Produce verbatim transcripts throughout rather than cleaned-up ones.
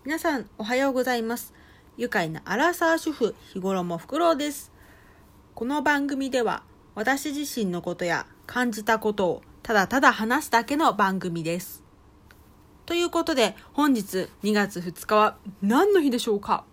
皆さんおはようございます。愉快なアラサー主婦日頃もフクロウです。この番組では私自身のことや感じたことをただただ話すだけの番組です。ということで本日にがつふつかは何の日でしょうか？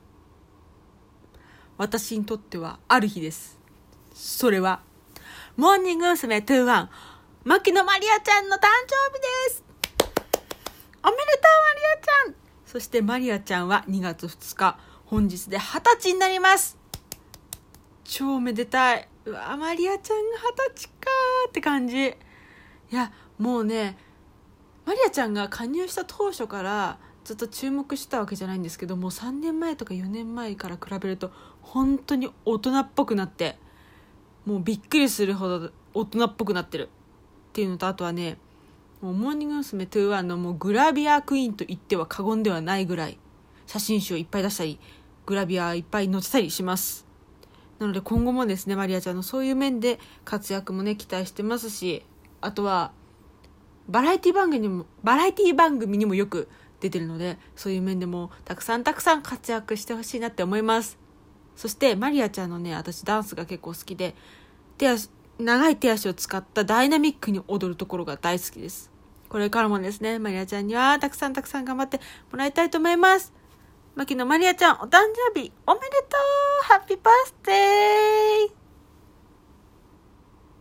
私にとってはある日です。それはモーニング娘。にじゅういち牧野まりあちゃんの誕生日です。おめでとうまりあちゃん。そしてマリアちゃんはにがつふつか、本日ではたちになります。超めでたい。うわ、マリアちゃんがはたちかーって感じ。いや、もうね、マリアちゃんが加入した当初からずっと注目したわけじゃないんですけど、もうさんねんまえとかよねんまえから比べると本当に大人っぽくなって、もうびっくりするほど大人っぽくなってるっていうのと、あとはね、もうモーニング娘。にじゅういちのもうグラビアクイーンと言っては過言ではないぐらい写真集をいっぱい出したりグラビアいっぱい載せたりします。なので今後もですね、マリアちゃんのそういう面で活躍もね期待してますし、あとはバラエティ番組にもバラエティ番組にもよく出てるので、そういう面でもたくさんたくさん活躍してほしいなって思います。そしてマリアちゃんのね、私ダンスが結構好きで、手足長い手足を使ったダイナミックに踊るところが大好きです。これからもですね、マリアちゃんにはたくさんたくさん頑張ってもらいたいと思います。牧野マリアちゃん、お誕生日おめでとう。ハッピーバースデー。